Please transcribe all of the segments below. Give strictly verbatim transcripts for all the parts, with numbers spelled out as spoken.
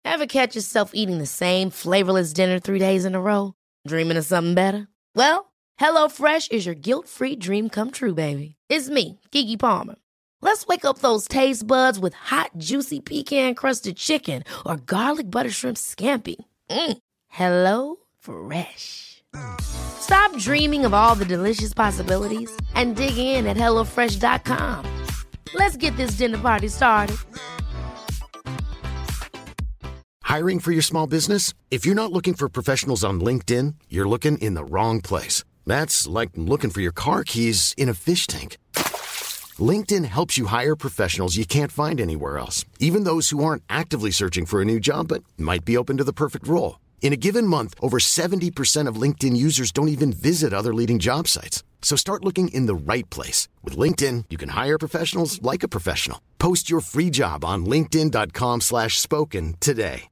Ever catch yourself eating the same flavorless dinner three days in a row? Dreaming of something better? Well, HelloFresh is your guilt-free dream come true, baby. It's me, Keke Palmer. Let's wake up those taste buds with hot, juicy pecan-crusted chicken or garlic butter shrimp scampi. Mm. Hello Fresh. Stop dreaming of all the delicious possibilities and dig in at hello fresh dot com. Let's get this dinner party started. Hiring for your small business? If you're not looking for professionals on LinkedIn, you're looking in the wrong place. That's like looking for your car keys in a fish tank. LinkedIn helps you hire professionals you can't find anywhere else, even those who aren't actively searching for a new job but might be open to the perfect role. In a given month, over seventy percent of LinkedIn users don't even visit other leading job sites. So start looking in the right place. With LinkedIn, you can hire professionals like a professional. Post your free job on linkedin dot com slash spoken today.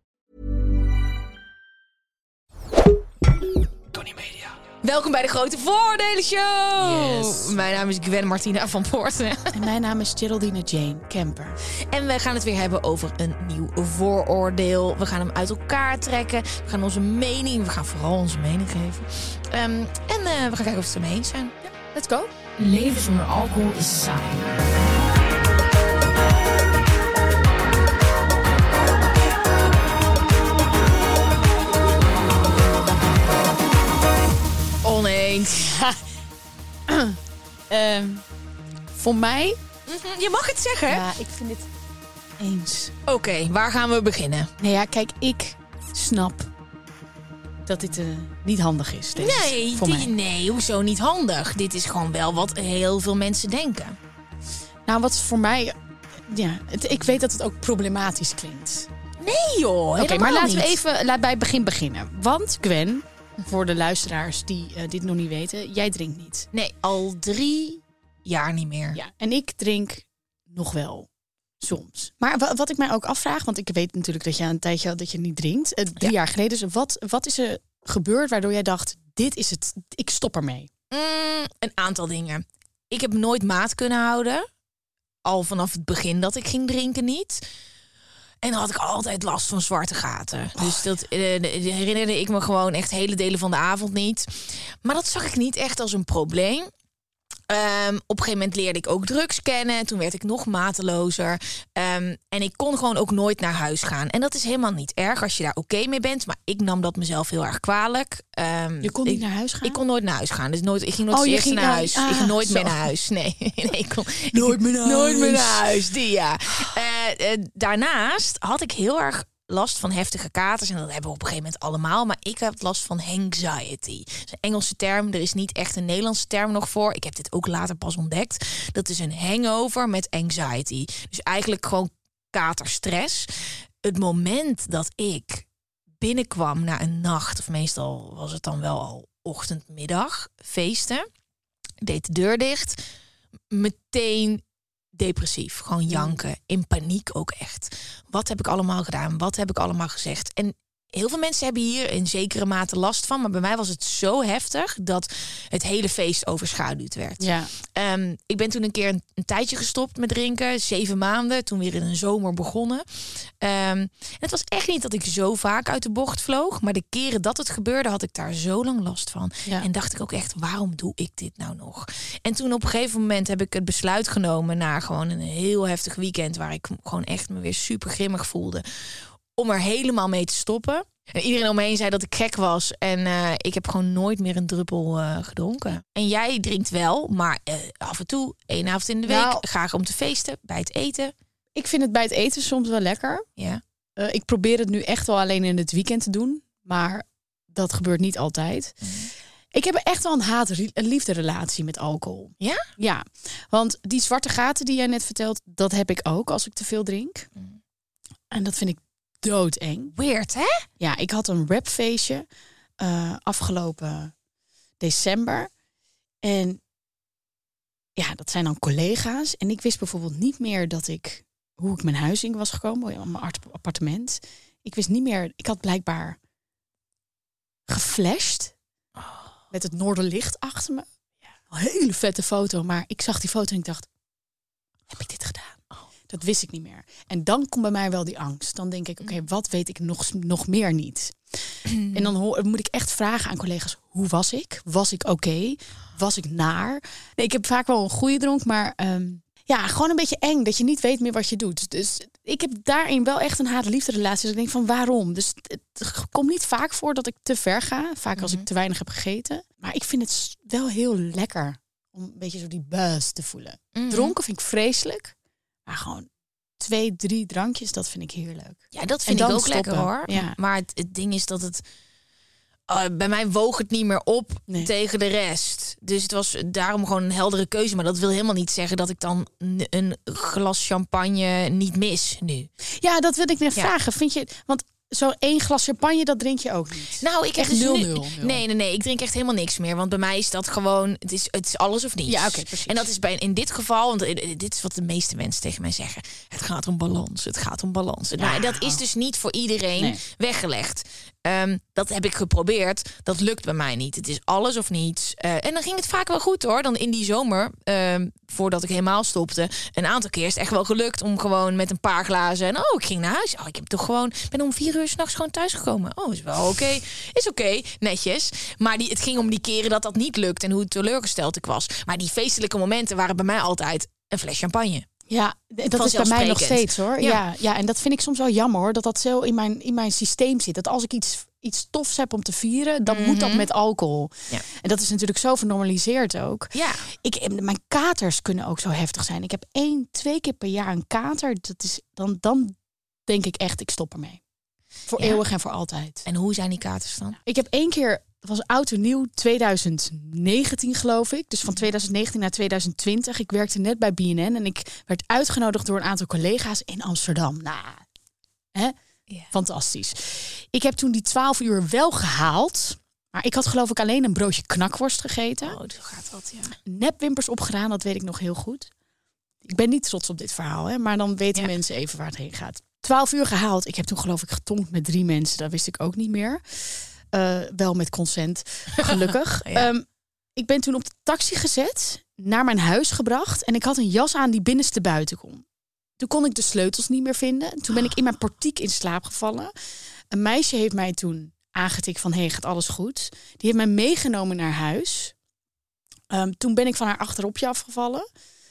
Tony Media. Welkom bij de Grote Voordelen Show. Yes. Mijn naam is Gwen Martina van Poorten. En mijn naam is Geraldine Jane Kemper. En we gaan het weer hebben over een nieuw vooroordeel. We gaan hem uit elkaar trekken. We gaan onze mening, we gaan vooral onze mening geven. Um, en uh, we gaan kijken of we het ermee eens zijn. Ja, let's go. Leven zonder alcohol is saai. Oneens. um, voor mij... Mm-hmm, je mag het zeggen. Ja, ik vind het eens. Oké, okay, waar gaan we beginnen? Nou ja, kijk, ik snap dat dit uh, niet handig is. Deze, nee, voor die, mij. nee, hoezo niet handig? Dit is gewoon wel wat heel veel mensen denken. Nou, wat voor mij... Ja, het, ik weet dat het ook problematisch klinkt. Nee joh, Oké, okay, maar laten niet. we even laat bij het begin beginnen. Want Gwen, voor de luisteraars die uh, dit nog niet weten, jij drinkt niet. Nee, al drie jaar niet meer. Ja, en ik drink nog wel. Soms. Maar w- wat ik mij ook afvraag, want ik weet natuurlijk dat je een tijdje had dat je niet drinkt. Uh, drie ja. jaar geleden. Dus wat, wat is er gebeurd waardoor jij dacht, dit is het, ik stop ermee? Mm, een aantal dingen. Ik heb nooit maat kunnen houden. Al vanaf het begin dat ik ging drinken niet. En dan had ik altijd last van zwarte gaten. Oh, dus dat uh, herinnerde ik me gewoon echt hele delen van de avond niet. Maar dat zag ik niet echt als een probleem. Um, op een gegeven moment leerde ik ook drugs kennen. Toen werd ik nog matelozer. Um, en ik kon gewoon ook nooit naar huis gaan. En dat is helemaal niet erg als je daar oké okay mee bent. Maar ik nam dat mezelf heel erg kwalijk. Um, je kon niet ik, naar huis gaan? Ik kon nooit naar huis gaan. Dus nooit, ik ging nooit oh, eerst ging naar huis. Ah, ik ging nooit zo. meer naar huis. Nee, nee ik kon nooit meer naar nooit huis. meer naar huis. Die ja. Uh, uh, daarnaast had ik heel erg last van heftige katers. En dat hebben we op een gegeven moment allemaal. Maar ik heb last van anxiety. Dat is een Engelse term. Er is niet echt een Nederlandse term nog voor. Ik heb dit ook later pas ontdekt. Dat is een hangover met anxiety. Dus eigenlijk gewoon katerstress. Het moment dat ik binnenkwam na een nacht, of meestal was het dan wel al ochtend, middag, feesten. Deed de deur dicht. Meteen depressief, gewoon janken, in paniek ook echt. Wat heb ik allemaal gedaan? Wat heb ik allemaal gezegd? En heel veel mensen hebben hier in zekere mate last van, maar bij mij was het zo heftig dat het hele feest overschaduwd werd. Ja. Um, ik ben toen een keer een, een tijdje gestopt met drinken, zeven maanden, toen weer in een zomer begonnen. Um, en het was echt niet dat ik zo vaak uit de bocht vloog, maar de keren dat het gebeurde had ik daar zo lang last van. Ja. En dacht ik ook echt, waarom doe ik dit nou nog? En toen op een gegeven moment heb ik het besluit genomen na gewoon een heel heftig weekend waar ik gewoon echt me weer super grimmig voelde, om er helemaal mee te stoppen. En iedereen om me heen zei dat ik gek was. En uh, ik heb gewoon nooit meer een druppel uh, gedronken. En jij drinkt wel, maar uh, af en toe, één avond in de week. Nou, graag om te feesten, bij het eten. Ik vind het bij het eten soms wel lekker. Ja. Uh, ik probeer het nu echt wel alleen in het weekend te doen. Maar dat gebeurt niet altijd. Mm. Ik heb echt wel een haat-liefde relatie met alcohol. Ja? Ja, want die zwarte gaten die jij net vertelt, dat heb ik ook als ik te veel drink. Mm. En dat vind ik doodeng. Weird, hè? Ja, ik had een rapfeestje uh, afgelopen december. En ja, dat zijn dan collega's. En ik wist bijvoorbeeld niet meer dat ik hoe ik mijn huis in was gekomen, mijn appartement. Ik wist niet meer. Ik had blijkbaar geflasht oh. met het noorderlicht achter me. Ja. Een hele vette foto, maar ik zag die foto en ik dacht, heb ik dit gedaan? Dat wist ik niet meer. En dan komt bij mij wel die angst. Dan denk ik, oké, okay, wat weet ik nog, nog meer niet? En dan hoor, moet ik echt vragen aan collega's, hoe was ik? Was ik oké? Okay? Was ik naar? Nee, ik heb vaak wel een goede dronk, maar um, ja, gewoon een beetje eng. Dat je niet weet meer wat je doet. Dus ik heb daarin wel echt een haat-liefde relatie. Dus ik denk van, waarom? Dus het komt niet vaak voor dat ik te ver ga. Vaak als Mm-hmm. ik te weinig heb gegeten. Maar ik vind het wel heel lekker om een beetje zo die buzz te voelen. Mm-hmm. Dronken vind ik vreselijk. Maar gewoon twee, drie drankjes, dat vind ik heerlijk. Ja, dat vind ik ook stoppen. lekker hoor. Ja. Maar het, het ding is dat het... Uh, bij mij woog het niet meer op Nee. tegen de rest. Dus het was daarom gewoon een heldere keuze. Maar dat wil helemaal niet zeggen dat ik dan n- een glas champagne niet mis nu. Ja, dat wil ik net Ja. vragen. Vind je, want zo'n één glas champagne, dat drink je ook niet. Nou, ik heb Echt dus nul, nu... nul, nul. Nee, nee, nee. Ik drink echt helemaal niks meer. Want bij mij is dat gewoon... Het is, het is alles of niets. Ja, oké, precies. En dat is bij, in dit geval... Want dit is wat de meeste mensen tegen mij zeggen. Het gaat om balans. Het gaat om balans. Ja. Nou, dat is dus niet voor iedereen Nee. weggelegd. Um, dat heb ik geprobeerd. Dat lukt bij mij niet. Het is alles of niets. Uh, en dan ging het vaak wel goed hoor. Dan in die zomer, um, voordat ik helemaal stopte... een aantal keer is het echt wel gelukt om gewoon met een paar glazen... en oh, ik ging naar huis. Oh, ik heb toch gewoon... ben om vier uur 's nachts gewoon thuisgekomen. Oh, is wel oké. Okay. Is oké, okay, netjes. Maar die, het ging om die keren dat dat niet lukt... en hoe teleurgesteld ik was. Maar die feestelijke momenten waren bij mij altijd een fles champagne. Ja, dat is bij mij nog steeds hoor. Ja. Ja, ja, en dat vind ik soms wel jammer hoor. Dat dat zo in mijn, in mijn systeem zit. Dat als ik iets, iets tofs heb om te vieren, dan mm-hmm. moet dat met alcohol. Ja. En dat is natuurlijk zo vernormaliseerd ook. Ja. Ik, mijn katers kunnen ook zo heftig zijn. Ik heb één, twee keer per jaar een kater. Dat is, dan, dan denk ik echt, ik stop ermee. Voor ja. eeuwig en voor altijd. En hoe zijn die katers dan? Ik heb één keer... Het was oud en nieuw, twintig negentien geloof ik. Dus van twintig negentien naar twintig twintig. Ik werkte net bij B N N en ik werd uitgenodigd door een aantal collega's in Amsterdam. Nou, hè? Yeah. Fantastisch. Ik heb toen die twaalf uur wel gehaald. Maar ik had geloof ik alleen een broodje knakworst gegeten. Oh, zo gaat dat, ja. Nepwimpers opgedaan, dat weet ik nog heel goed. Ik ben niet trots op dit verhaal, hè, maar dan weten ja. mensen even waar het heen gaat. twaalf uur gehaald. Ik heb toen geloof ik getonkt met drie mensen. Dat wist ik ook niet meer. Uh, wel met consent, gelukkig. ja. um, ik ben toen op de taxi gezet, naar mijn huis gebracht... en ik had een jas aan die binnenste buiten kon. Toen kon ik de sleutels niet meer vinden. Toen ben ik in mijn portiek in slaap gevallen. Een meisje heeft mij toen aangetikt van... hey, gaat alles goed? Die heeft mij meegenomen naar huis. Um, toen ben ik van haar achteropje afgevallen.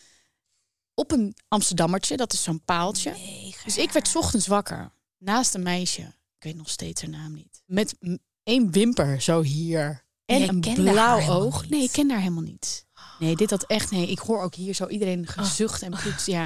Op een Amsterdammertje, dat is zo'n paaltje. Nee, dus ik werd 's ochtends wakker. Naast een meisje, ik weet nog steeds haar naam niet... met één wimper zo hier. En een blauw oog. Nee, ik ken haar helemaal niet. Nee, dit had echt... Nee, ik hoor ook hier zo iedereen gezucht en poets. Ja.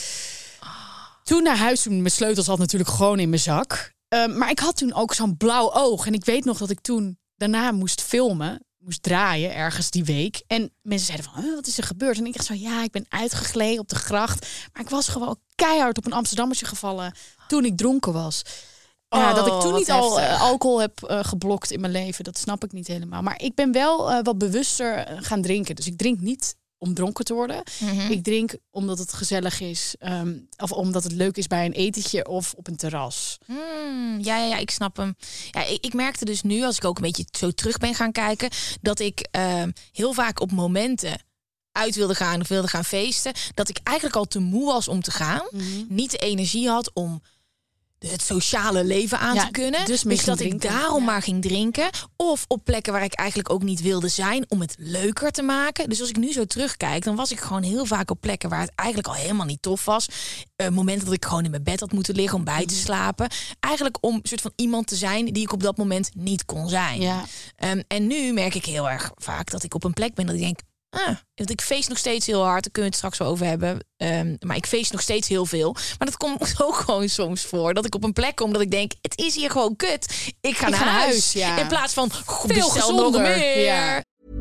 Toen naar huis, toen mijn sleutels had natuurlijk gewoon in mijn zak. Uh, maar ik had toen ook zo'n blauw oog. En ik weet nog dat ik toen daarna moest filmen. Moest draaien ergens die week. En mensen zeiden van, huh, wat is er gebeurd? En ik dacht zo, ja, ik ben uitgegleden op de gracht. Maar ik was gewoon keihard op een Amsterdammertje gevallen toen ik dronken was. Ja, oh, dat ik toen niet al uh, alcohol heb uh, geblokt in mijn leven, dat snap ik niet helemaal. Maar ik ben wel uh, wat bewuster uh, gaan drinken. Dus ik drink niet om dronken te worden. Mm-hmm. Ik drink omdat het gezellig is. Um, of omdat het leuk is bij een etentje of op een terras. Mm, ja, ja, ja, ik snap hem. Ja, ik, ik merkte dus nu, als ik ook een beetje zo terug ben gaan kijken... dat ik uh, heel vaak op momenten uit wilde gaan of wilde gaan feesten... dat ik eigenlijk al te moe was om te gaan. Mm-hmm. Niet de energie had om... het sociale leven aan ja, te kunnen. Dus, dus dat drinken. ik daarom ja. maar ging drinken. Of op plekken waar ik eigenlijk ook niet wilde zijn... om het leuker te maken. Dus als ik nu zo terugkijk... dan was ik gewoon heel vaak op plekken... waar het eigenlijk al helemaal niet tof was. Uh, momenten dat ik gewoon in mijn bed had moeten liggen... om bij te slapen. Eigenlijk om een soort van iemand te zijn... die ik op dat moment niet kon zijn. Ja. Um, en nu merk ik heel erg vaak... dat ik op een plek ben dat ik denk... Ah, want ik feest nog steeds heel hard, daar kunnen we het straks wel over hebben. Um, maar ik feest nog steeds heel veel. Maar dat komt ook gewoon soms voor. Dat ik op een plek kom dat ik denk, het is hier gewoon kut. Ik ga ik naar ga huis. huis ja. In plaats van, veel gezonder. Nog meer. Ja.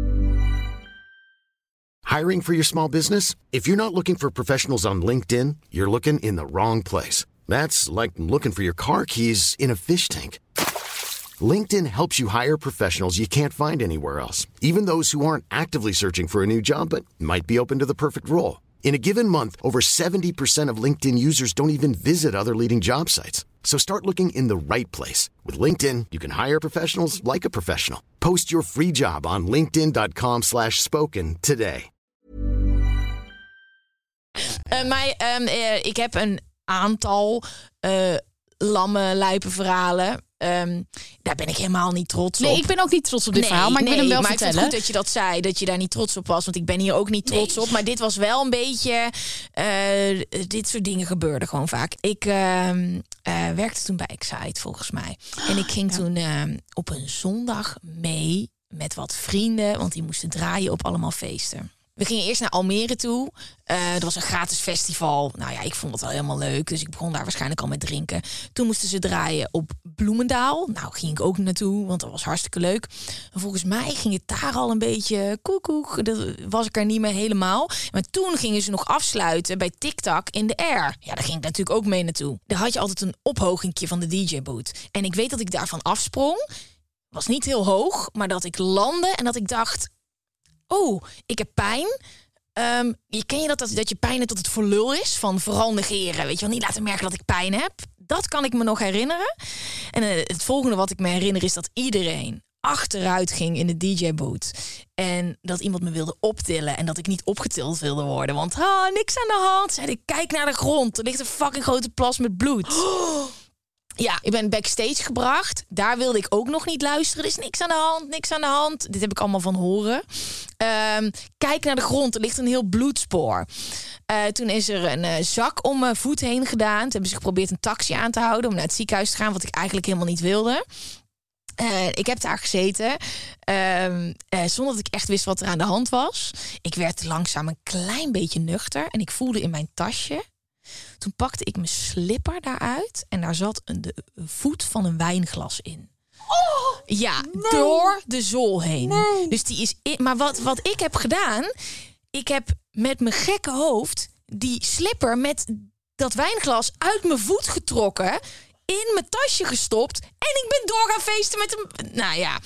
Hiring for your small business? If you're not looking for professionals on LinkedIn, you're looking in the wrong place. That's like looking for your car keys in a fish tank. LinkedIn helps you hire professionals you can't find anywhere else, even those who aren't actively searching for a new job but might be open to the perfect role. In a given month, over seventy percent of LinkedIn users don't even visit other leading job sites. So start looking in the right place. With LinkedIn, you can hire professionals like a professional. Post your free job on linkedin dot com slash spoken today. Uh, maar um, uh, ik heb een aantal uh, lamme, lijpe verhalen. Um, daar ben ik helemaal niet trots op. Nee, ik ben ook niet trots op dit nee, verhaal, maar ik nee, wil hem wel maar vertellen. Ik vind het goed dat je dat zei, dat je daar niet trots op was. Want ik ben hier ook niet trots nee. op. Maar dit was wel een beetje... Uh, dit soort dingen gebeurden gewoon vaak. Ik uh, uh, werkte toen bij Excite, volgens mij. En ik ging ja. toen uh, op een zondag mee met wat vrienden. Want die moesten draaien op allemaal feesten. We gingen eerst naar Almere toe. Uh, dat was een gratis festival. Nou ja, ik vond het wel helemaal leuk. Dus ik begon daar waarschijnlijk al met drinken. Toen moesten ze draaien op Bloemendaal. Nou, ging ik ook naartoe, want dat was hartstikke leuk. En volgens mij ging het daar al een beetje koekoek. Dat was ik er niet meer helemaal. Maar toen gingen ze nog afsluiten bij TikTok in de Air. Ja, daar ging ik natuurlijk ook mee naartoe. Daar had je altijd een ophogingje van de D J-boot. En ik weet dat ik daarvan afsprong. Was niet heel hoog, maar dat ik landde en dat ik dacht... Oh, ik heb pijn. Um, je ken je dat, dat, dat je pijn hebt tot het voor lul is? Van vooral negeren. Weet je wel, niet laten merken dat ik pijn heb. Dat kan ik me nog herinneren. En uh, het volgende wat ik me herinner is dat iedereen achteruit ging in de D J-boot. En dat iemand me wilde optillen. En dat ik niet opgetild wilde worden. Want ah, niks aan de hand. Zei ik, kijk naar de grond. Er ligt een fucking grote plas met bloed. Oh. Ja, ik ben backstage gebracht. Daar wilde ik ook nog niet luisteren. Er is niks aan de hand, niks aan de hand. Dit heb ik allemaal van horen. Um, kijk naar de grond, er ligt een heel bloedspoor. Uh, toen is er een uh, zak om mijn voet heen gedaan. Toen hebben ze geprobeerd een taxi aan te houden... om naar het ziekenhuis te gaan, wat ik eigenlijk helemaal niet wilde. Uh, ik heb daar gezeten, uh, uh, zonder dat ik echt wist wat er aan de hand was. Ik werd langzaam een klein beetje nuchter... en ik voelde in mijn tasje... Toen pakte ik mijn slipper daaruit en daar zat een, de voet van een wijnglas in. Oh, ja, nee. Door de zool heen. Nee. Dus die is in, maar wat, wat ik heb gedaan, ik heb met mijn gekke hoofd die slipper met dat wijnglas uit mijn voet getrokken, in mijn tasje gestopt en ik ben door gaan feesten met een... Nou ja...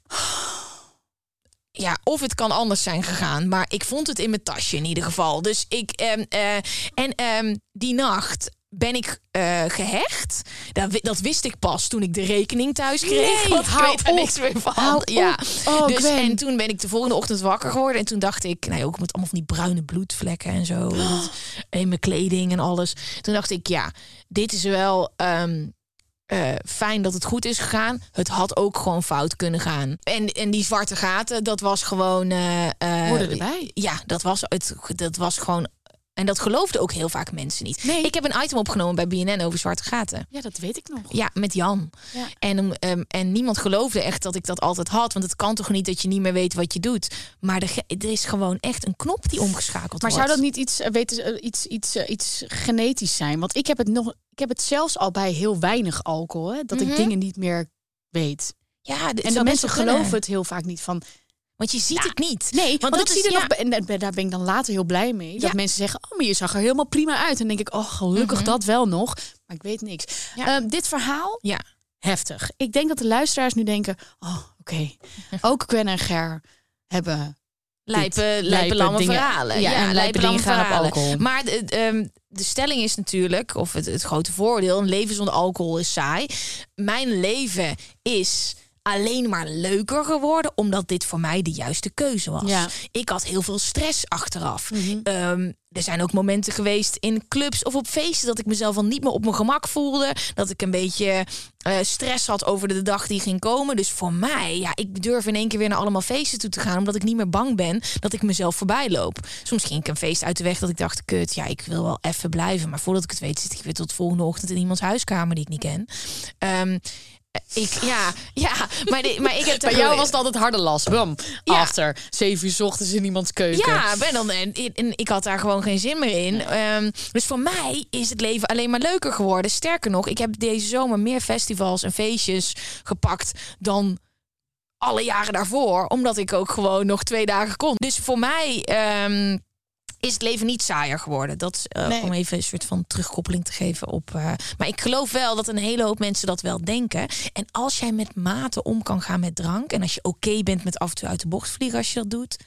Ja, of het kan anders zijn gegaan. Maar ik vond het in mijn tasje in ieder geval. Dus ik... Um, uh, en um, die nacht ben ik uh, gehecht. Dat, dat wist ik pas toen ik de rekening thuis kreeg. Nee, want ik weet er niks meer van. Hou ja. Oh, dus, en toen ben ik de volgende ochtend wakker geworden. En toen dacht ik... Nou, ook met allemaal van die bruine bloedvlekken en zo. Oh. In mijn kleding en alles. Toen dacht ik, ja, dit is wel... Um, Uh, fijn dat het goed is gegaan. Het had ook gewoon fout kunnen gaan. En, en die zwarte gaten, dat was gewoon... Uh, uh, Hoorde erbij. Ja, dat was, het, dat was gewoon... En dat geloofden ook heel vaak mensen niet. Nee. Ik heb een item opgenomen bij B N N over zwarte gaten. Ja, dat weet ik nog. Ja, met Jan. Ja. En, um, en niemand geloofde echt dat ik dat altijd had. Want het kan toch niet dat je niet meer weet wat je doet. Maar er, er is gewoon echt een knop die omgeschakeld maar wordt. Maar zou dat niet iets, weten, iets, iets, iets genetisch zijn? Want ik heb het nog, ik heb het zelfs al bij heel weinig alcohol. Hè, dat mm-hmm. ik dingen niet meer weet. Ja, en de mensen geloven het heel vaak niet van... Want je ziet ja, het niet. Nee, want, want dat ik zie je er ja. nog. En daar ben ik dan later heel blij mee. Ja. Dat mensen zeggen, oh, maar je zag er helemaal prima uit. En dan denk ik, oh, gelukkig mm-hmm. dat wel nog. Maar ik weet niks. Ja. Um, dit verhaal, ja. heftig. Ik denk dat de luisteraars nu denken, oh, oké. Okay. Ook Gwen en Ger hebben... Lijpe, lijpe lamme dingen, verhalen. Ja, ja en lijpe dingen gaan op alcohol. Maar de, um, de stelling is natuurlijk, of het, het grote voordeel... een leven zonder alcohol is saai. Mijn leven is... alleen maar leuker geworden, omdat dit voor mij de juiste keuze was. Ja. Ik had heel veel stress achteraf. Mm-hmm. Um, er zijn ook momenten geweest in clubs of op feesten... dat ik mezelf al niet meer op mijn gemak voelde. Dat ik een beetje uh, stress had over de dag die ging komen. Dus voor mij, ja, ik durf in één keer weer naar allemaal feesten toe te gaan... omdat ik niet meer bang ben dat ik mezelf voorbij loop. Soms ging ik een feest uit de weg dat ik dacht... kut, ja, ik wil wel even blijven. Maar voordat ik het weet zit ik weer tot de volgende ochtend... in iemands huiskamer die ik niet ken. Um, Ik, ja, ja, maar, de, maar ik heb... Bij jou was het altijd harde last. Bam, ja. After. Zeven uur 's ochtends in iemands keuken. Ja, ben dan, en, en ik had daar gewoon geen zin meer in. Um, dus voor mij is het leven alleen maar leuker geworden. Sterker nog, ik heb deze zomer meer festivals en feestjes gepakt... dan alle jaren daarvoor. Omdat ik ook gewoon nog twee dagen kon. Dus voor mij... Um, is het leven niet saaier geworden. Dat uh, nee. Om even een soort van terugkoppeling te geven op... Uh, maar ik geloof wel dat een hele hoop mensen dat wel denken. En als jij met mate om kan gaan met drank... en als je oké okay bent met af en toe uit de bocht vliegen als je dat doet...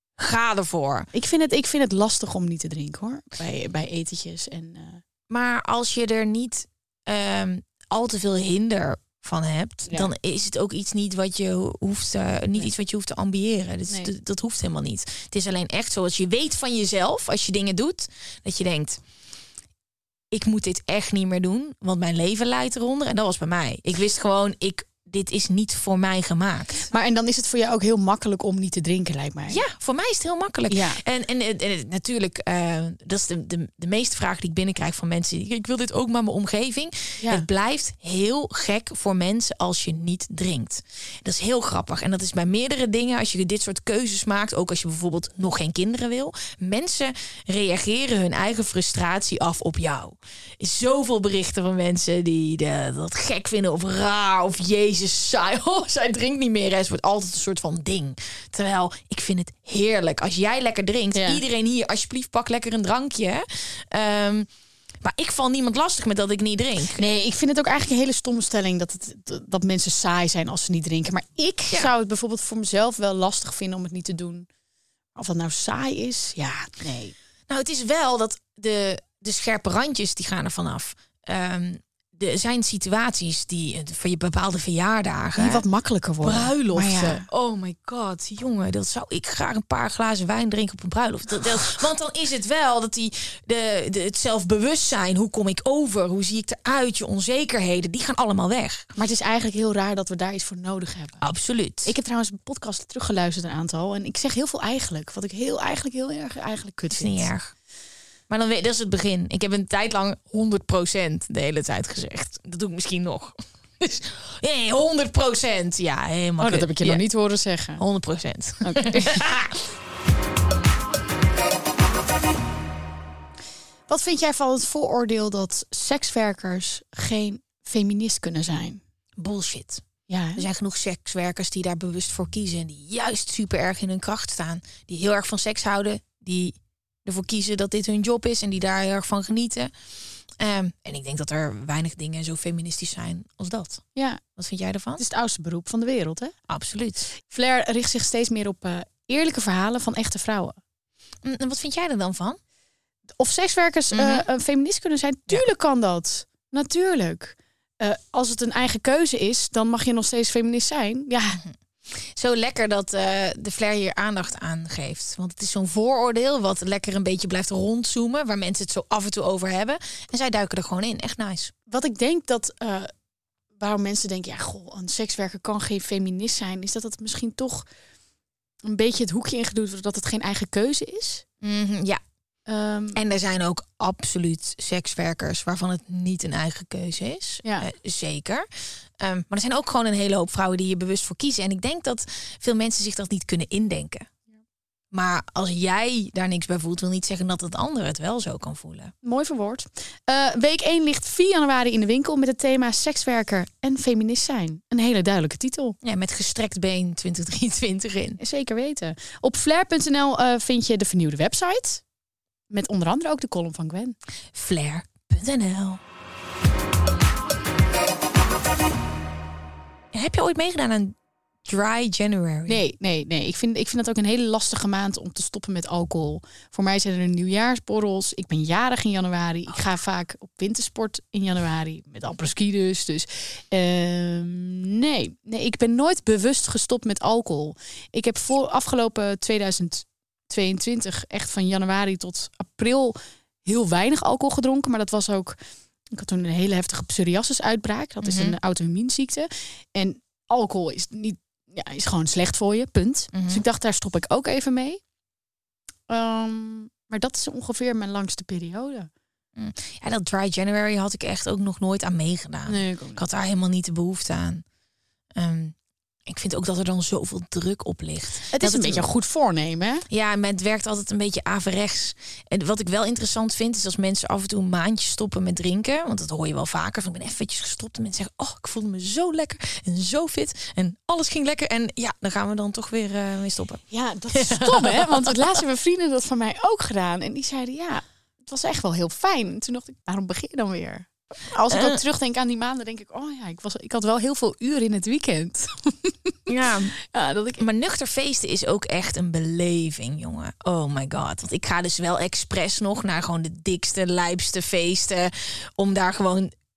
ga ervoor. Ik vind het, ik vind het lastig om niet te drinken, hoor. Bij, bij etentjes. En, uh... Maar als je er niet um, al te veel hinder van hebt, Ja. dan is het ook iets niet wat je hoeft, uh, niet Nee. iets wat je hoeft te ambiëren. Dus Nee. d- dat hoeft helemaal niet. Het is alleen echt zoals je weet van jezelf, als je dingen doet, dat je denkt, ik moet dit echt niet meer doen, want mijn leven leidt eronder. En dat was bij mij. Ik wist gewoon, ik, dit is niet voor mij gemaakt. Maar en dan is het voor jou ook heel makkelijk om niet te drinken, lijkt mij. Ja, voor mij is het heel makkelijk. Ja. En, en, en, en natuurlijk, uh, dat is de, de, de meeste vragen die ik binnenkrijg van mensen. Ik wil dit ook maar mijn omgeving. Ja. Het blijft heel gek voor mensen als je niet drinkt. Dat is heel grappig. En dat is bij meerdere dingen. Als je dit soort keuzes maakt, ook als je bijvoorbeeld nog geen kinderen wil. Mensen reageren hun eigen frustratie af op jou. Zoveel berichten van mensen die de, dat gek vinden of raar of jezus saai. Oh, zij drinkt niet meer. Het wordt altijd een soort van ding. Terwijl ik vind het heerlijk. Als jij lekker drinkt, Ja. iedereen hier, alsjeblieft pak lekker een drankje. Um, maar ik val niemand lastig met dat ik niet drink. Nee, ik vind het ook eigenlijk een hele stomme stelling dat, het, dat mensen saai zijn als ze niet drinken. Maar ik Ja. zou het bijvoorbeeld voor mezelf wel lastig vinden om het niet te doen. Of dat nou saai is, ja, nee. Nou, het is wel dat de, de scherpe randjes die gaan er vanaf. Um, er zijn situaties die voor je bepaalde verjaardagen, Die wat makkelijker worden. bruiloften. Maar ja. Oh my god, jongen, dat zou ik graag een paar glazen wijn drinken op een bruiloft. Dat, dat, want dan is het wel dat die de, de het zelfbewustzijn, hoe kom ik over, hoe zie ik eruit, je onzekerheden, die gaan allemaal weg. Maar het is eigenlijk heel raar dat we daar iets voor nodig hebben. Absoluut. Ik heb trouwens een podcast teruggeluisterd, een aantal. En ik zeg heel veel eigenlijk. Wat ik heel eigenlijk heel erg eigenlijk kut is vind. niet erg. Maar dan weet, dat is het begin. Ik heb een tijd lang honderd procent de hele tijd gezegd. Dat doe ik misschien nog. Dus, nee, honderd procent. Ja, helemaal Oh, dat kut. heb ik je Ja, nog niet horen zeggen. honderd procent. Oké. Wat vind jij van het vooroordeel dat sekswerkers geen feminist kunnen zijn? Bullshit. Ja, hè? Er zijn genoeg sekswerkers die daar bewust voor kiezen. En die juist super erg in hun kracht staan. Die heel erg van seks houden. Die ervoor kiezen dat dit hun job is. En die daar heel erg van genieten. Um, en ik denk dat er weinig dingen zo feministisch zijn als dat. ja, Wat vind jij ervan? het is het oudste beroep van de wereld, hè? Absoluut. Flair richt zich steeds meer op uh, eerlijke verhalen van echte vrouwen. En wat vind jij er dan van? Of sekswerkers uh, Mhm. een feminist kunnen zijn? Tuurlijk kan dat. Natuurlijk. Uh, als het een eigen keuze is, dan mag je nog steeds feminist zijn. Ja, Zo lekker dat uh, de Flair hier aandacht aan geeft. Want het is zo'n vooroordeel wat lekker een beetje blijft rondzoomen. Waar mensen het zo af en toe over hebben. En zij duiken er gewoon in. Echt nice. wat ik denk dat... Uh, waarom mensen denken, ja, goh, een sekswerker kan geen feminist zijn, is dat het misschien toch een beetje het hoekje ingeduwd wordt dat het geen eigen keuze is. Mm-hmm, ja. Um, En er zijn ook absoluut sekswerkers waarvan het niet een eigen keuze is. Ja. Uh, zeker. Um, maar er zijn ook gewoon een hele hoop vrouwen die hier bewust voor kiezen. En ik denk dat veel mensen zich dat niet kunnen indenken. Maar als jij daar niks bij voelt, wil niet zeggen dat het ander het wel zo kan voelen. Mooi verwoord. Uh, week één ligt vier januari in de winkel met het thema sekswerker en feminist zijn. Een hele duidelijke titel. Ja, met gestrekt been twintig drieëntwintig in. Zeker weten. Op flair punt n l uh, vind je de vernieuwde website. Met onder andere ook de column van Gwen. flair punt n l. Heb je ooit meegedaan aan Dry January? Nee, nee, nee. Ik vind, ik vind het ook een hele lastige maand om te stoppen met alcohol. Voor mij zijn er nieuwjaarsborrels. Ik ben jarig in januari. Ik ga vaak op wintersport in januari. Met apres-ski dus. dus uh, nee. nee, ik ben nooit bewust gestopt met alcohol. Ik heb voor afgelopen tweeduizend tweeëntwintig echt van januari tot april heel weinig alcohol gedronken. Maar dat was ook... Ik had toen een hele heftige psoriasis-uitbraak. Dat is Mm-hmm. een auto-immuunziekte. En alcohol is niet... Ja, is gewoon slecht voor je, punt. Mm-hmm. Dus ik dacht, daar stop ik ook even mee. Um, maar dat is ongeveer mijn langste periode. Mm. Ja, dat Dry January had ik echt ook nog nooit aan meegedaan. Nee, ik, Ik had daar helemaal niet de behoefte aan. Um, ik vind ook dat er dan zoveel druk op ligt. Het dat is een beetje een goed voornemen, hè? Ja, maar het werkt altijd een beetje averechts. En wat ik wel interessant vind, is als mensen af en toe een maandje stoppen met drinken. Want dat hoor je wel vaker. Van, ik ben eventjes gestopt en mensen zeggen, oh, ik voelde me zo lekker en zo fit. En alles ging lekker. En ja, dan gaan we dan toch weer uh, mee stoppen. Ja, dat is stom, hè? Want het laatst hebben vrienden dat van mij ook gedaan. En die zeiden, ja, het was echt wel heel fijn. En toen dacht ik, waarom begin je dan weer? Als ik ook terugdenk aan die maanden, denk ik, oh ja, ik, was, ik had wel heel veel uren in het weekend. Ja, ja dat ik... maar nuchter feesten is ook echt een beleving, jongen. Oh my god. Want ik ga dus wel expres nog naar gewoon de dikste, lijpste feesten. Om daar gewoon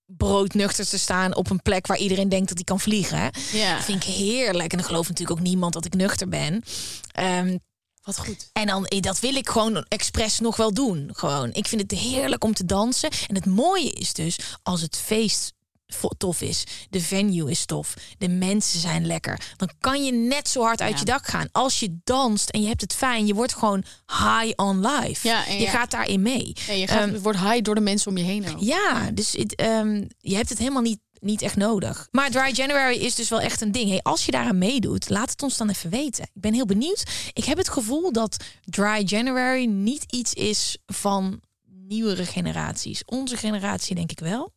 broodnuchter te staan op een plek waar iedereen denkt dat hij kan vliegen. Hè? Ja. Dat vind ik heerlijk. En dan gelooft natuurlijk ook niemand dat ik nuchter ben. Um, Wat goed. En dan, dat wil ik gewoon expres nog wel doen. Gewoon. Ik vind het heerlijk om te dansen. En het mooie is dus, als het feest tof is, de venue is tof, de mensen zijn lekker, dan kan je net zo hard uit ja. je dak gaan. Als je danst en je hebt het fijn, je wordt gewoon high on life. Ja, en je ja. gaat daarin mee. Ja, je gaat, um, wordt high door de mensen om je heen ook. Ja, dus het, um, je hebt het helemaal niet niet echt nodig. Maar Dry January is dus wel echt een ding. Hey, als je daaraan meedoet, laat het ons dan even weten. Ik ben heel benieuwd. Ik heb het gevoel dat Dry January niet iets is van nieuwere generaties. Onze generatie denk ik wel.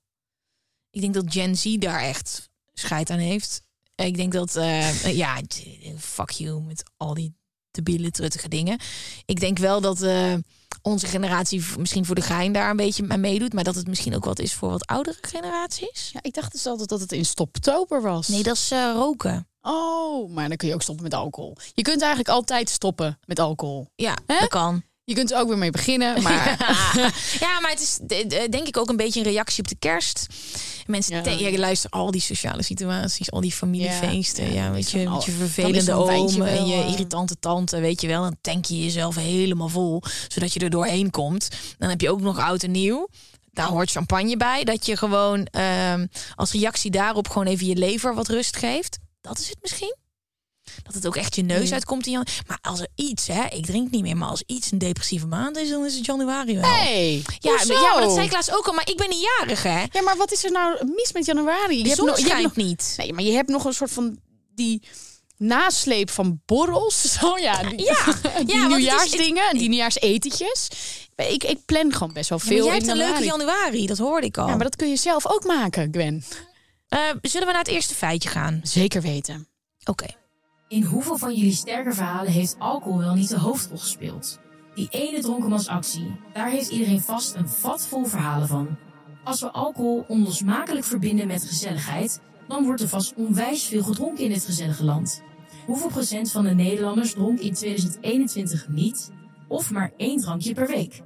Ik denk dat Gen Z daar echt scheid aan heeft. Ik denk dat, uh, ja, fuck you met al die debiele, truttige dingen. Ik denk wel dat uh, onze generatie misschien voor de gein daar een beetje aan meedoet, maar dat het misschien ook wat is voor wat oudere generaties. Ja, ik dacht dus altijd dat het in Stoptober was. Nee, dat is uh, roken. Oh, maar dan kun je ook stoppen met alcohol. Je kunt eigenlijk altijd stoppen met alcohol. Ja, Hè? dat kan. Je kunt er ook weer mee beginnen, maar... ja, maar het is denk ik ook een beetje een reactie op de kerst. Mensen, ja. te- ja, je luistert al die sociale situaties, al die familiefeesten. Ja, ja, ja weet je, met je vervelende oom en je irritante tante, weet je wel. Dan tank je jezelf helemaal vol, zodat je er doorheen komt. Dan heb je ook nog oud en nieuw. Daar hoort champagne bij. Dat je gewoon um, als reactie daarop gewoon even je lever wat rust geeft. Dat is het misschien. Dat het ook echt je neus uitkomt in januari. Maar als er iets, hè, ik drink niet meer, maar als iets een depressieve maand is, dan is het januari wel. Hey, ja, maar, ja, maar dat zei ik laatst ook al. Maar ik ben niet jarig, hè? Ja, maar wat is er nou mis met januari? Je de hebt zon nog, je schijnt hebt nog niet. Nee, maar je hebt nog een soort van die nasleep van borrels. Zo ja, die, ja, die ja, nieuwjaarsdingen, het, die nieuwjaarsetentjes. Ik, ik plan gewoon best wel veel. Ja, maar jij in hebt een januari. leuke januari, dat hoorde ik al. Ja, maar dat kun je zelf ook maken, Gwen. Uh, zullen we naar het eerste feitje gaan? Zeker weten. Oké. Okay. In hoeveel van jullie sterke verhalen heeft alcohol wel niet de hoofdrol gespeeld? Die ene dronkenmansactie, daar heeft iedereen vast een vat vol verhalen van. Als we alcohol onlosmakelijk verbinden met gezelligheid, dan wordt er vast onwijs veel gedronken in dit gezellige land. Hoeveel procent van de Nederlanders dronk in tweeduizend eenentwintig niet, of maar één drankje per week?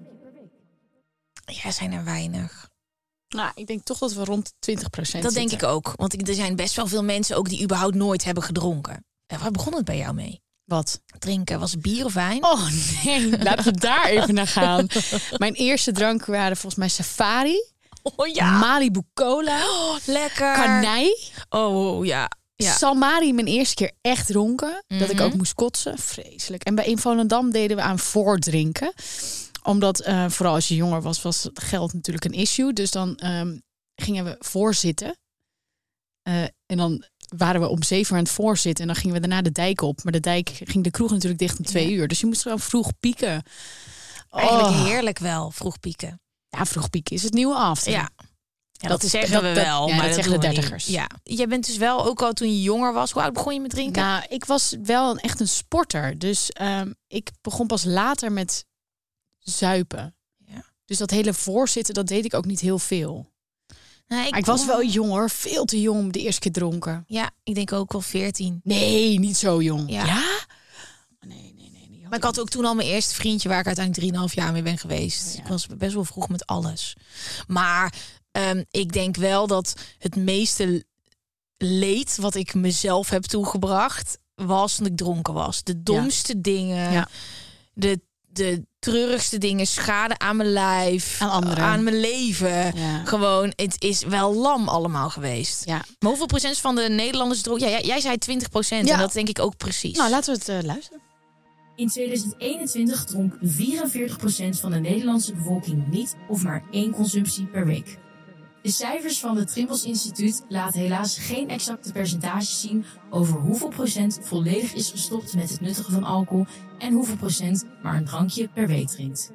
Ja, zijn er weinig. Nou, ik denk toch dat we rond twintig procent Dat zitten. denk ik ook, want er zijn best wel veel mensen ook die überhaupt nooit hebben gedronken. En waar begon het bij jou mee? Wat? Drinken. Was het bier of wijn? Oh nee, laten we daar even naar gaan. Mijn eerste dranken waren volgens mij Safari. Oh ja. Malibu Cola. Oh, lekker. Kanai. Oh ja. ja. Salmari mijn eerste keer echt dronken. Mm-hmm. Dat ik ook moest kotsen. Vreselijk. En bij een Volendam deden we aan voordrinken. Omdat, uh, vooral als je jonger was, was geld natuurlijk een issue. Dus dan um, gingen we voorzitten. Uh, en dan waren we om zeven uur aan het voorzitten. En dan gingen we daarna de dijk op. Maar de dijk ging de kroeg natuurlijk dicht om twee ja. uur. Dus je moest gewoon vroeg pieken. Eigenlijk oh. heerlijk wel, vroeg pieken. Ja, vroeg pieken is het nieuwe after. Ja, ja dat, dat is, zeggen dat, we wel. Ja, maar dat, dat zeggen de dertigers. Ja. Jij bent dus wel, ook al toen je jonger was, hoe oud begon je met drinken? Nou, ik was wel een, echt een sporter. Dus um, ik begon pas later met zuipen. Ja. Dus dat hele voorzitten, dat deed ik ook niet heel veel. Nou, ik, maar ik was wel jong hoor, veel te jong om de eerste keer dronken. Ja, ik denk ook wel veertien. Nee, niet zo jong. Ja? ja? Nee, nee, nee. Maar ik had ook toen al mijn eerste vriendje waar ik uiteindelijk drieënhalf jaar mee ben geweest. Oh, ja. Ik was best wel vroeg met alles. Maar um, ik denk wel dat het meeste leed wat ik mezelf heb toegebracht was toen ik dronken was. De domste ja. dingen, ja. de de treurigste dingen, schade aan mijn lijf, aan anderen, aan mijn leven. Ja. Gewoon, het is wel lam allemaal geweest. Ja. Maar hoeveel procent van de Nederlanders dronken? Ja, jij, jij zei twintig procent ja. en dat denk ik ook precies. Nou, laten we het uh, luisteren. In tweeduizend eenentwintig dronk vierenveertig procent van de Nederlandse bevolking niet of maar één consumptie per week. De cijfers van het Trimbos Instituut laten helaas geen exacte percentages zien over hoeveel procent volledig is gestopt met het nuttigen van alcohol en hoeveel procent maar een drankje per week drinkt.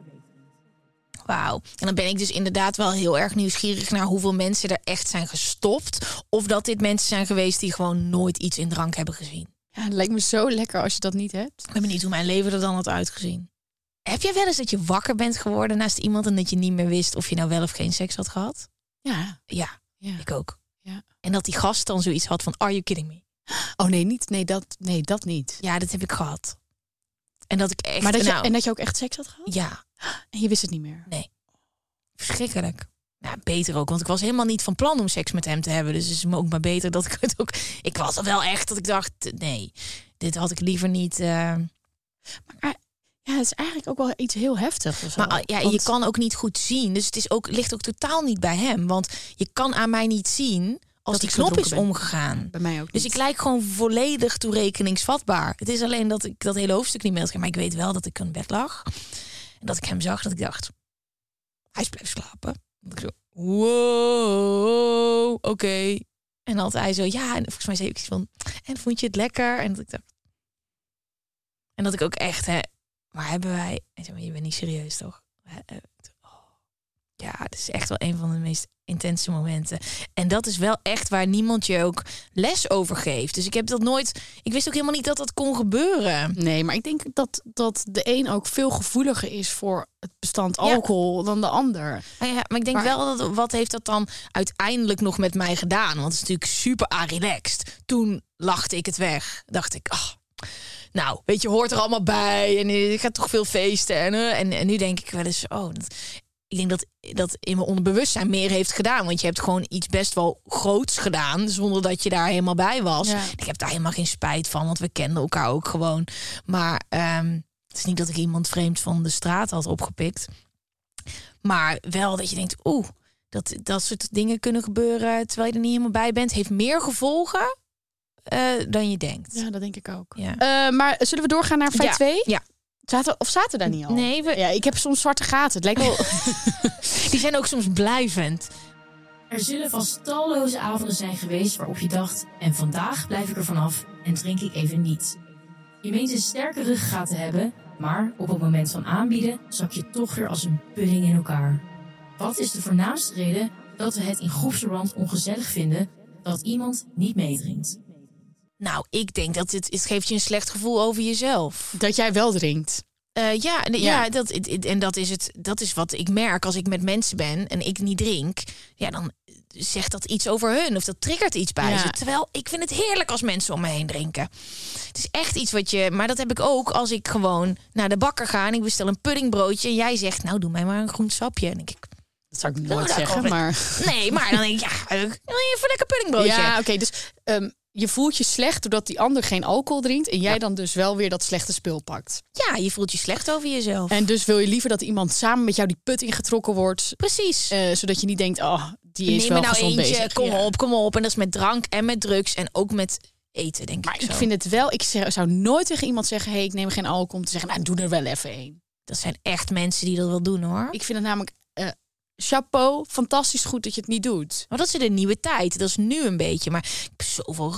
Wauw. En dan ben ik dus inderdaad wel heel erg nieuwsgierig naar hoeveel mensen er echt zijn gestopt. Of dat dit mensen zijn geweest die gewoon nooit iets in drank hebben gezien. Ja, het lijkt me zo lekker als je dat niet hebt. Ik ben benieuwd hoe mijn leven er dan had uitgezien. Heb jij wel eens dat je wakker bent geworden naast iemand en dat je niet meer wist of je nou wel of geen seks had gehad? Ja. Ja, ja. ik ook. Ja. En dat die gast dan zoiets had van, are you kidding me? Oh nee, niet. Nee, dat, nee, dat niet. Ja, dat heb ik gehad. En dat ik echt... Maar dat je, nou, en dat je ook echt seks had gehad? Ja. En je wist het niet meer? Nee. Verschrikkelijk. Ja, beter ook, want ik was helemaal niet van plan om seks met hem te hebben. Dus het is me ook maar beter dat ik het ook... Ik was er wel echt dat ik dacht, nee, dit had ik liever niet... Uh... Maar ja, het is eigenlijk ook wel iets heel heftigs. Of zo. Maar ja, want... je kan ook niet goed zien. Dus het is ook, ligt ook totaal niet bij hem. Want je kan aan mij niet zien als dat die knop is ben. omgegaan. Bij mij ook niet. Dus ik lijk gewoon volledig toerekeningsvatbaar. Het is alleen dat ik dat hele hoofdstuk niet meer had. Maar ik weet wel dat ik in bed lag. En dat ik hem zag, dat ik dacht... Hij is blijven slapen. Dat ik zo... Wow, oké. Okay. En dan had hij zo... Ja, en volgens mij zei ik iets van... En vond je het lekker? En dat ik dacht... En dat ik ook echt... Hè, maar hebben wij... En zeg maar, je bent niet serieus, toch? Ja, het is echt wel een van de meest intense momenten. En dat is wel echt waar niemand je ook les over geeft. Dus ik heb dat nooit... Ik wist ook helemaal niet dat dat kon gebeuren. Nee, maar ik denk dat, dat de een ook veel gevoeliger is voor het bestand alcohol ja. dan de ander. Ja, maar ik denk maar... wel, dat wat heeft dat dan uiteindelijk nog met mij gedaan? Want het is natuurlijk super relaxed. Toen lachte ik het weg. Dacht ik, ach, nou, weet je, hoort er allemaal bij. En ik ga toch veel feesten. En, en, en nu denk ik wel eens, oh... Dat, ik denk dat dat in mijn onderbewustzijn meer heeft gedaan. Want je hebt gewoon iets best wel groots gedaan... zonder dat je daar helemaal bij was. Ja. Ik heb daar helemaal geen spijt van, want we kenden elkaar ook gewoon. Maar um, het is niet dat ik iemand vreemd van de straat had opgepikt. Maar wel dat je denkt... oeh, dat, dat soort dingen kunnen gebeuren... terwijl je er niet helemaal bij bent. Heeft meer gevolgen uh, dan je denkt. Ja, dat denk ik ook. Ja. Uh, maar zullen we doorgaan naar feit twee? Ja, ja. Zaten, of zaten daar niet al? Nee, we... ja, ik heb soms zwarte gaten. Het lijkt wel... Die zijn ook soms blijvend. Er zullen vast talloze avonden zijn geweest waarop je dacht... en vandaag blijf ik er vanaf en drink ik even niet. Je meent een sterke ruggengraat te hebben... maar op het moment van aanbieden zak je toch weer als een pudding in elkaar. Wat is de voornaamste reden dat we het in groepsverband ongezellig vinden... dat iemand niet meedrinkt? Nou, ik denk dat het, het geeft je een slecht gevoel over jezelf. Dat jij wel drinkt. Uh, ja, ja, ja dat, en dat is, het, dat is wat ik merk als ik met mensen ben en ik niet drink. Ja, dan zegt dat iets over hun of dat triggert iets bij ja. ze. Terwijl ik vind het heerlijk als mensen om me heen drinken. Het is echt iets wat je... Maar dat heb ik ook als ik gewoon naar de bakker ga en ik bestel een puddingbroodje en jij zegt, nou doe mij maar een groen sapje. En denk ik... Dat zou ik nooit zeggen, maar... Nee, maar dan denk ik, ja, even lekker puddingbroodje. Ja, oké, okay, dus... Um, je voelt je slecht doordat die ander geen alcohol drinkt... en jij ja. dan dus wel weer dat slechte spul pakt. Ja, je voelt je slecht over jezelf. En dus wil je liever dat iemand samen met jou die put ingetrokken wordt. Precies. Uh, zodat je niet denkt, oh, die is Neem wel nou gezond eentje, bezig. Kom ja. op, kom op. En dat is met drank en met drugs en ook met eten, denk maar ik zo. ik vind het wel... Ik zou nooit tegen iemand zeggen... hey, ik neem geen alcohol om te zeggen... nou, doe er wel even een. Dat zijn echt mensen die dat wel doen, hoor. Ik vind het namelijk... Uh, chapeau, fantastisch goed dat je het niet doet. Maar dat is de nieuwe tijd. Dat is nu een beetje. Maar ik heb zoveel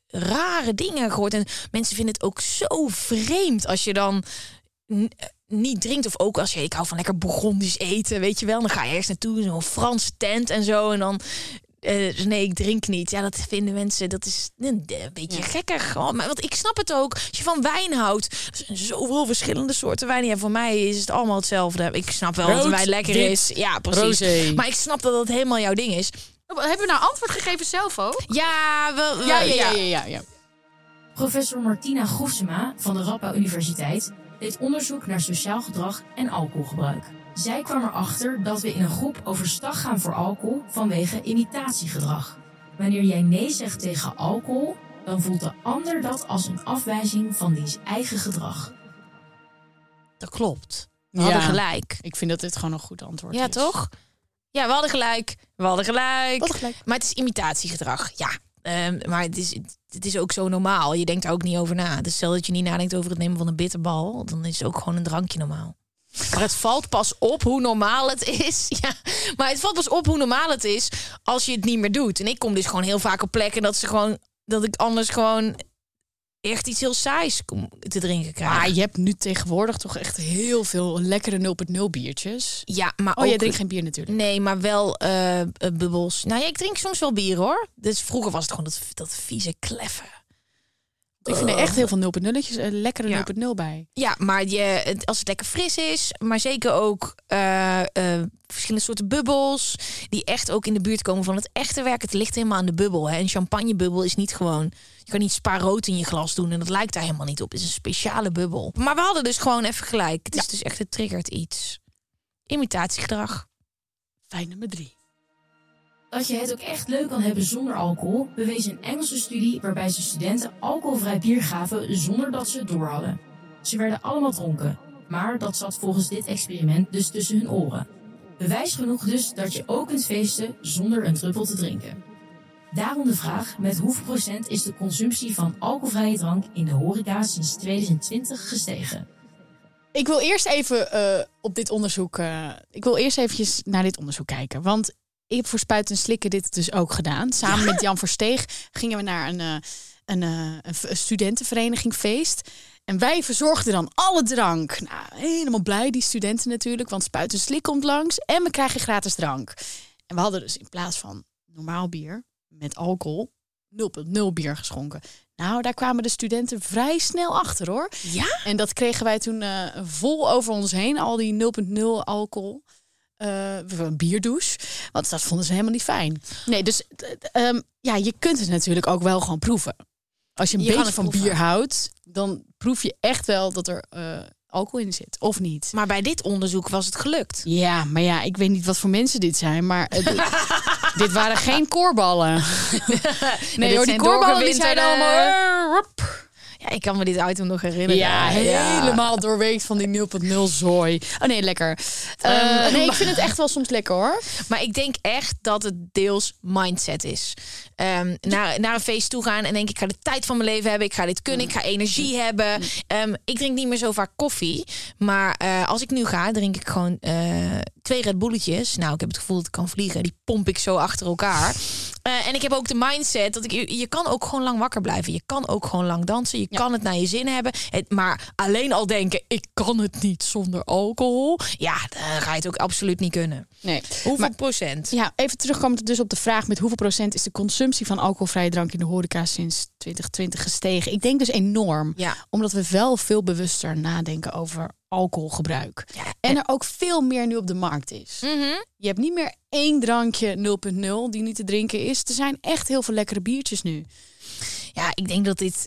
rare dingen gehoord. En mensen vinden het ook zo vreemd als je dan n- niet drinkt. Of ook als je, ik hou van lekker Bourgondisch eten, weet je wel. Dan ga je ergens naartoe, zo'n Franse tent en zo. En dan, uh, nee, ik drink niet. Ja, dat vinden mensen, dat is een, een beetje ja. gekkig. Oh, maar, want ik snap het ook. Als je van wijn houdt, er zijn zoveel verschillende soorten wijn. Ja, voor mij is het allemaal hetzelfde. Ik snap wel Rood, dat wijn lekker wit, is. Ja, precies. Rosé. Maar ik snap dat dat helemaal jouw ding is. Hebben we nou antwoord gegeven zelf ook? Ja, wel, wel, ja, ja, ja, ja, ja, ja. Professor Martina Groefsema van de Radboud Universiteit deed onderzoek naar sociaal gedrag en alcoholgebruik. Zij kwam erachter dat we in een groep overstag gaan voor alcohol vanwege imitatiegedrag. Wanneer jij nee zegt tegen alcohol, dan voelt de ander dat als een afwijzing van diens eigen gedrag. Dat klopt. We ja, hadden gelijk. Ik vind dat dit gewoon een goed antwoord ja, is. Ja, toch? Ja, we hadden gelijk. We hadden gelijk. We hadden gelijk. Maar het is imitatiegedrag, ja. Um, maar het is, het is ook zo normaal. Je denkt daar ook niet over na. Dus stel dat je niet nadenkt over het nemen van een bitterbal, dan is het ook gewoon een drankje normaal. Maar het valt pas op hoe normaal het is. Ja, maar het valt pas op hoe normaal het is als je het niet meer doet. En ik kom dus gewoon heel vaak op plekken dat ze gewoon dat ik anders gewoon echt iets heel saais te drinken krijg. Maar je hebt nu tegenwoordig toch echt heel veel lekkere nul punt nul biertjes. Ja, maar oh, ook... jij drinkt geen bier natuurlijk. Nee, maar wel uh, uh, bubbels. Nou ja, ik drink soms wel bier, hoor. Dus vroeger was het gewoon dat, dat vieze kleffe. Ik vind er echt heel veel nul punt nulletjes, uh, lekkere ja. nul punt nul bij. Ja, maar je, als het lekker fris is, maar zeker ook uh, uh, verschillende soorten bubbels die echt ook in de buurt komen van het echte werk. Het ligt helemaal aan de bubbel. Hè. Een champagnebubbel is niet gewoon... Je kan niet Spa rood in je glas doen en dat lijkt daar helemaal niet op. Het is een speciale bubbel. Maar we hadden dus gewoon even gelijk. Het ja. is dus echt, het triggert iets. Imitatiegedrag. Feit nummer drie. Dat je het ook echt leuk kan hebben zonder alcohol, bewees een Engelse studie waarbij ze studenten alcoholvrij bier gaven zonder dat ze het door hadden. Ze werden allemaal dronken, maar dat zat volgens dit experiment dus tussen hun oren. Bewijs genoeg dus dat je ook kunt feesten zonder een druppel te drinken. Daarom de vraag, met hoeveel procent is de consumptie van alcoholvrije drank in de horeca sinds tweeduizend twintig gestegen? Ik wil eerst even uh, op dit onderzoek. Uh, ik wil eerst eventjes naar dit onderzoek kijken. Want ik heb voor Spuiten en Slikken dit dus ook gedaan. Samen ja. met Jan Versteeg gingen we naar een, uh, een, uh, een studentenvereniging feest. En wij verzorgden dan alle drank. Nou, helemaal blij, die studenten natuurlijk. Want Spuiten en Slik komt langs en we krijgen gratis drank. En we hadden dus in plaats van normaal bier met alcohol nul punt nul bier geschonken. Nou, daar kwamen de studenten vrij snel achter, hoor. Ja? En dat kregen wij toen uh, vol over ons heen. Al die nul punt nul alcohol. Uh, een bierdouche. Want dat vonden ze helemaal niet fijn. Nee, dus uh, um, ja, je kunt het natuurlijk ook wel gewoon proeven. Als je een je beetje van proeven. bier houdt, dan proef je echt wel dat er uh, alcohol in zit. Of niet. Maar bij dit onderzoek was het gelukt. Ja, maar ja, ik weet niet wat voor mensen dit zijn. Maar uh, dit, dit waren geen koorballen. Nee, hoor, die koorballen die zijn allemaal... Uh, Ja, ik kan me dit item nog herinneren. Ja, ja. helemaal doorweekt van die nul punt nul zooi. Oh nee, lekker. Uh, um, nee, ik vind het echt wel soms lekker, hoor. Maar ik denk echt dat het deels mindset is. Um, naar, naar een feest toe gaan en denk ik ga de tijd van mijn leven hebben. Ik ga dit kunnen, ik ga energie hebben. Um, ik drink niet meer zo vaak koffie. Maar uh, als ik nu ga, drink ik gewoon uh, twee Red Bulletjes. Nou, ik heb het gevoel dat ik kan vliegen. Die pomp ik zo achter elkaar. Uh, en ik heb ook de mindset dat ik... Je, je kan ook gewoon lang wakker blijven. Je kan ook gewoon lang dansen. Je ja. kan het naar je zin hebben. Het, maar alleen al denken, ik kan het niet zonder alcohol. Ja, dan ga je het ook absoluut niet kunnen. Nee. Hoeveel maar, procent? Ja, even terugkomen dus op de vraag met hoeveel procent is de consumptie van alcoholvrije drank in de horeca sinds twintig twintig gestegen. Ik denk dus enorm. Ja. Omdat we wel veel bewuster nadenken over alcoholgebruik. Ja, en... en er ook veel meer nu op de markt is. Mm-hmm. Je hebt niet meer één drankje nul punt nul die niet te drinken is. Er zijn echt heel veel lekkere biertjes nu. Ja, ik denk dat dit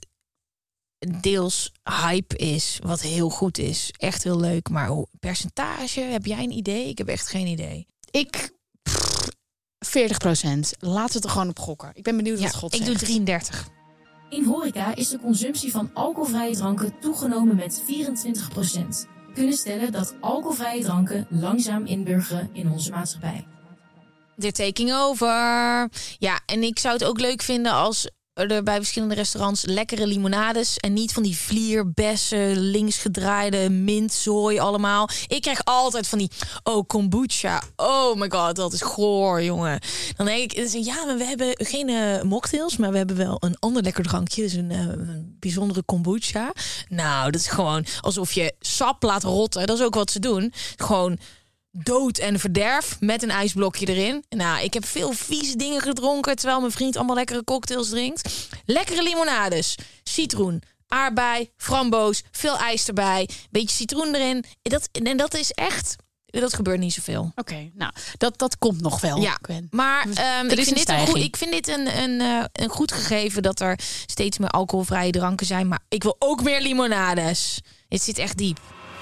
deels hype is, wat heel goed is. Echt heel leuk. Maar hoe percentage, heb jij een idee? Ik heb echt geen idee. Ik... Pff, veertig procent. Laten we het er gewoon op gokken. Ik ben benieuwd ja, wat God ik zegt. doe drieëndertig. In horeca is de consumptie van alcoholvrije dranken toegenomen met vierentwintig procent. We kunnen stellen dat alcoholvrije dranken langzaam inburgeren in onze maatschappij. They're taking over. Ja, en ik zou het ook leuk vinden als er bij verschillende restaurants lekkere limonades en niet van die vlier, bessen, linksgedraaide mintzooi allemaal. Ik krijg altijd van die, oh, kombucha. Oh my god, dat is goor, jongen. Dan denk ik, ja, maar we hebben geen uh, mocktails, maar we hebben wel een ander lekker drankje. Dus een, uh, een bijzondere kombucha. Nou, dat is gewoon alsof je sap laat rotten. Dat is ook wat ze doen. Gewoon dood en verderf met een ijsblokje erin. Nou, ik heb veel vieze dingen gedronken terwijl mijn vriend allemaal lekkere cocktails drinkt. Lekkere limonades, citroen, aardbei, framboos, veel ijs erbij, beetje citroen erin. Dat, en dat is echt, dat gebeurt niet zoveel. Oké, okay, nou, dat, dat komt nog wel. Ja, Gwen. maar um, ik, vind dit een goed, ik vind dit een, een, uh, een goed gegeven dat er steeds meer alcoholvrije dranken zijn. Maar ik wil ook meer limonades. Het zit echt diep.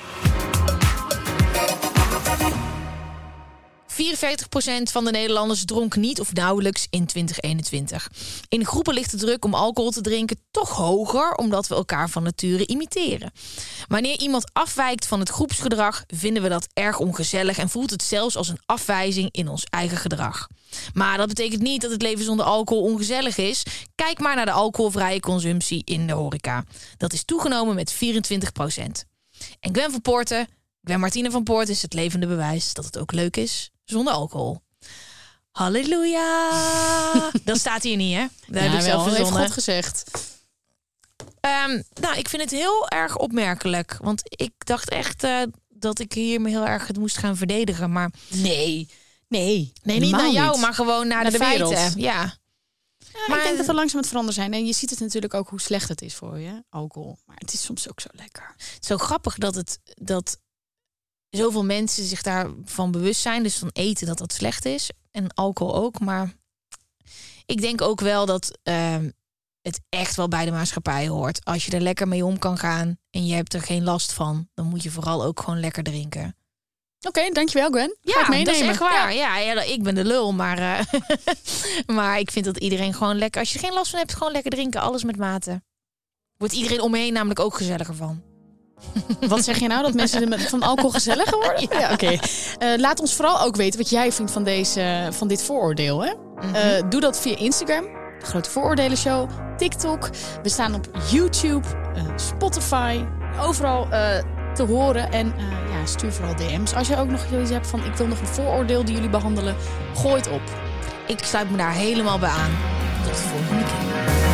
vierenveertig procent van de Nederlanders dronk niet of nauwelijks in twintig eenentwintig. In groepen ligt de druk om alcohol te drinken toch hoger, omdat we elkaar van nature imiteren. Wanneer iemand afwijkt van het groepsgedrag, vinden we dat erg ongezellig en voelt het zelfs als een afwijzing in ons eigen gedrag. Maar dat betekent niet dat het leven zonder alcohol ongezellig is. Kijk maar naar de alcoholvrije consumptie in de horeca. Dat is toegenomen met vierentwintig procent. En Gwen van Poorten, Gwen Martine van Poorten is het levende bewijs dat het ook leuk is zonder alcohol. Halleluja! Dat staat hier niet, hè? Dat ja, heb ik zelf wel, verzonnen. heeft God gezegd. Um, nou, ik vind het heel erg opmerkelijk. Want ik dacht echt uh, dat ik hier me heel erg het moest gaan verdedigen. Maar nee, nee. Nee, niet naar jou, niet. maar gewoon naar, naar de, de feiten. Ja. Ja, maar ik denk dat we langzaam het veranderen zijn. En je ziet het natuurlijk ook hoe slecht het is voor je, alcohol. Maar het is soms ook zo lekker. Zo grappig dat het dat zoveel mensen zich daarvan bewust zijn. Dus van eten dat dat slecht is. En alcohol ook. Maar ik denk ook wel dat uh, het echt wel bij de maatschappij hoort. Als je er lekker mee om kan gaan en je hebt er geen last van, dan moet je vooral ook gewoon lekker drinken. Oké, okay, dankjewel Gwen. Ga ja, ik meenemen. Dat is echt waar. Ja, ja, ja ik ben de lul, maar, uh, maar ik vind dat iedereen gewoon lekker... Als je er geen last van hebt, gewoon lekker drinken. Alles met mate. Wordt iedereen om me heen namelijk ook gezelliger van. Wat zeg je nou? Dat mensen van alcohol gezelliger worden? Ja, ja oké. Okay. Uh, laat ons vooral ook weten wat jij vindt van, deze, van dit vooroordeel. Hè? Mm-hmm. Uh, doe dat via Instagram, de Grote Vooroordelen Show, TikTok. We staan op YouTube, uh, Spotify, overal uh, te horen. En uh, ja, stuur vooral D M's. Als je ook nog iets hebt van ik wil nog een vooroordeel die jullie behandelen, gooi het op. Ik sluit me daar helemaal bij aan. Tot de volgende keer.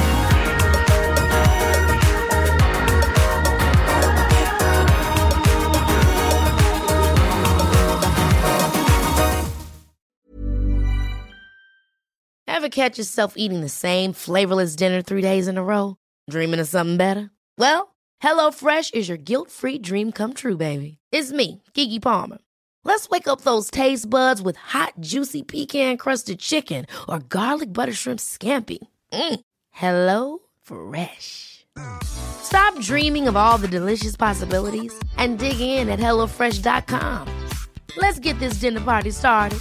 Ever catch yourself eating the same flavorless dinner three days in a row? Dreaming of something better? Well, HelloFresh is your guilt-free dream come true, baby. It's me, Keke Palmer. Let's wake up those taste buds with hot, juicy pecan-crusted chicken or garlic butter shrimp scampi. Mm. Hello Fresh. Stop dreaming of all the delicious possibilities and dig in at hello fresh dot com. Let's get this dinner party started.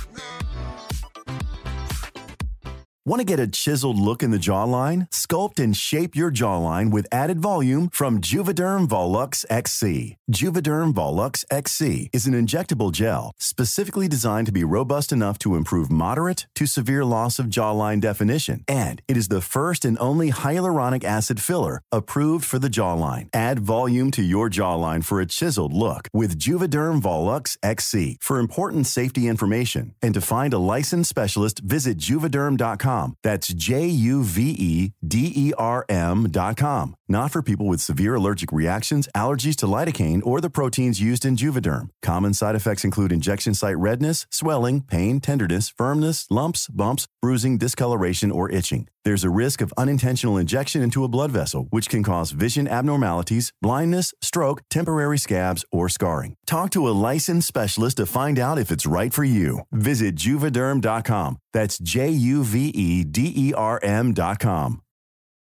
Want to get a chiseled look in the jawline? Sculpt and shape your jawline with added volume from Juvederm Volux X C. Juvederm Volux X C is an injectable gel specifically designed to be robust enough to improve moderate to severe loss of jawline definition. And it is the first and only hyaluronic acid filler approved for the jawline. Add volume to your jawline for a chiseled look with Juvederm Volux X C. For important safety information and to find a licensed specialist, visit juvederm dot com. That's J U V E D E R M dot com. Not for people with severe allergic reactions, allergies to lidocaine, or the proteins used in Juvederm. Common side effects include injection site redness, swelling, pain, tenderness, firmness, lumps, bumps, bruising, discoloration, or itching. There's a risk of unintentional injection into a blood vessel, which can cause vision abnormalities, blindness, stroke, temporary scabs, or scarring. Talk to a licensed specialist to find out if it's right for you. Visit Juvederm dot com. That's J U V E D E R M dot com.